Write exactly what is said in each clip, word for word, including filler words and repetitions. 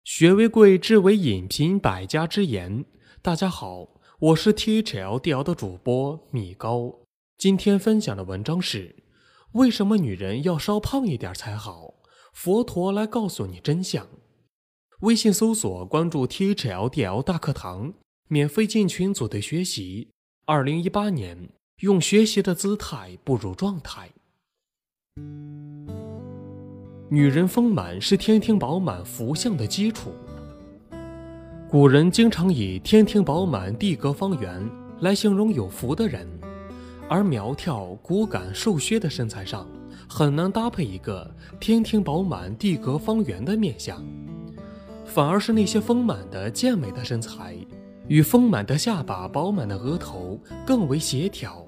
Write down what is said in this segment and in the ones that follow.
学为贵，知为引，品百家之言。大家好，我是 T H L D L 的主播米高。今天分享的文章是：为什么女人要稍胖一点才好？佛陀来告诉你真相。微信搜索关注 T H L D L 大课堂，免费进群组队学习。二零一八年，用学习的姿态步入状态。女人丰满是天庭饱满福相的基础。古人经常以天庭饱满地阁方圆来形容有福的人，而苗条骨感瘦削的身材上很难搭配一个天庭饱满地阁方圆的面相，反而是那些丰满的健美的身材与丰满的下巴饱满的额头更为协调。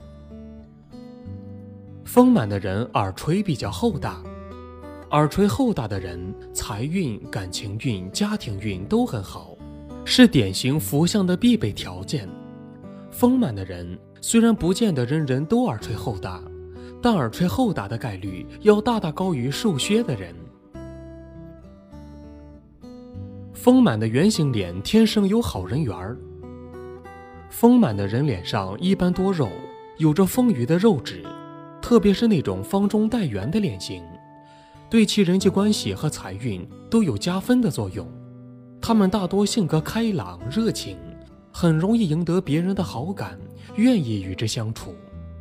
丰满的人耳垂比较厚大，耳垂厚大的人财运、感情运、家庭运都很好，是典型福相的必备条件。丰满的人虽然不见得人人都耳垂厚大，但耳垂厚大的概率要大大高于瘦削的人。丰满的圆形脸天生有好人缘儿。丰满的人脸上一般多肉，有着丰腴的肉质，特别是那种方中带圆的脸型，对其人际关系和财运都有加分的作用。他们大多性格开朗热情，很容易赢得别人的好感，愿意与之相处。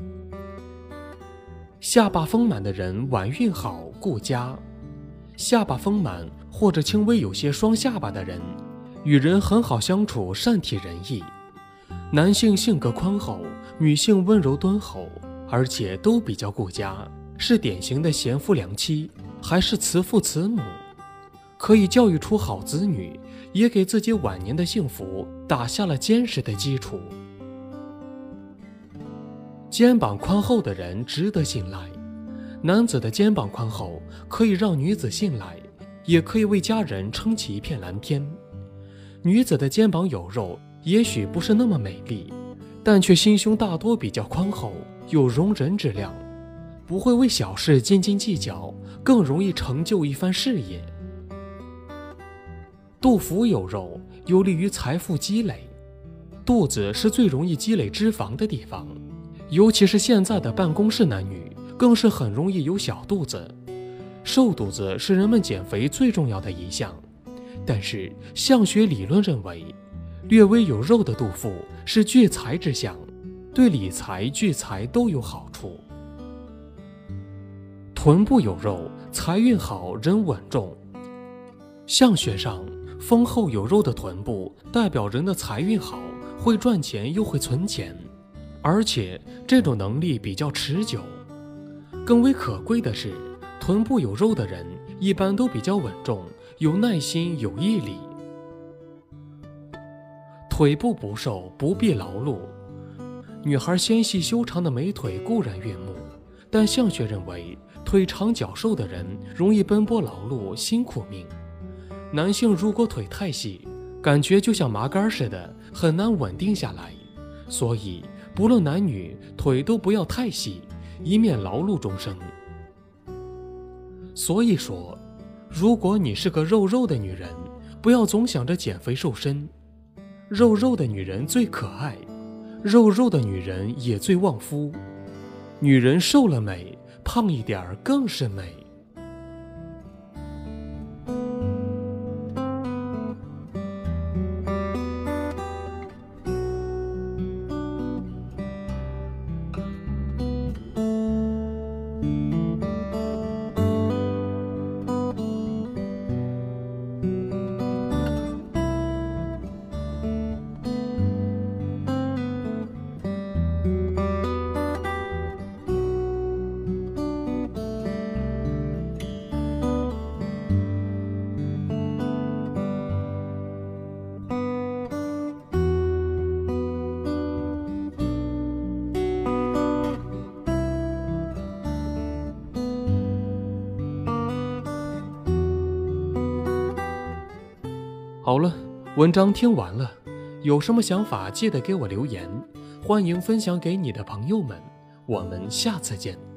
下巴丰满的人晚运好，顾家。下巴丰满或者轻微有些双下巴的人，与人很好相处，善体人意。男性性格宽厚，女性温柔敦厚，而且都比较顾家，是典型的贤夫良妻，还是慈父慈母，可以教育出好子女，也给自己晚年的幸福打下了坚实的基础。肩膀宽厚的人值得信赖。男子的肩膀宽厚可以让女子信赖，也可以为家人撑起一片蓝天。女子的肩膀有肉，也许不是那么美丽，但却心胸大多比较宽厚，有容人之量，不会为小事斤斤计较，更容易成就一番事业。肚腹有肉，有利于财富积累。肚子是最容易积累脂肪的地方，尤其是现在的办公室男女，更是很容易有小肚子。瘦肚子是人们减肥最重要的一项，但是相学理论认为，略微有肉的肚腹是聚财之象，对理财聚财都有好处。臀部有肉，财运好，人稳重。相学上，丰厚有肉的臀部代表人的财运好，会赚钱又会存钱，而且这种能力比较持久。更为可贵的是，臀部有肉的人一般都比较稳重，有耐心，有毅力。腿部不瘦，不必劳碌。女孩纤细修长的美腿固然悦目，但相学认为，腿长脚瘦的人容易奔波劳碌，辛苦命。男性如果腿太细，感觉就像麻杆似的，很难稳定下来。所以不论男女，腿都不要太细，以免劳碌终生。所以说，如果你是个肉肉的女人，不要总想着减肥瘦身。肉肉的女人最可爱，肉肉的女人也最旺夫。女人瘦了美，胖一点儿更是美。好了，文章听完了，有什么想法记得给我留言，欢迎分享给你的朋友们，我们下次见。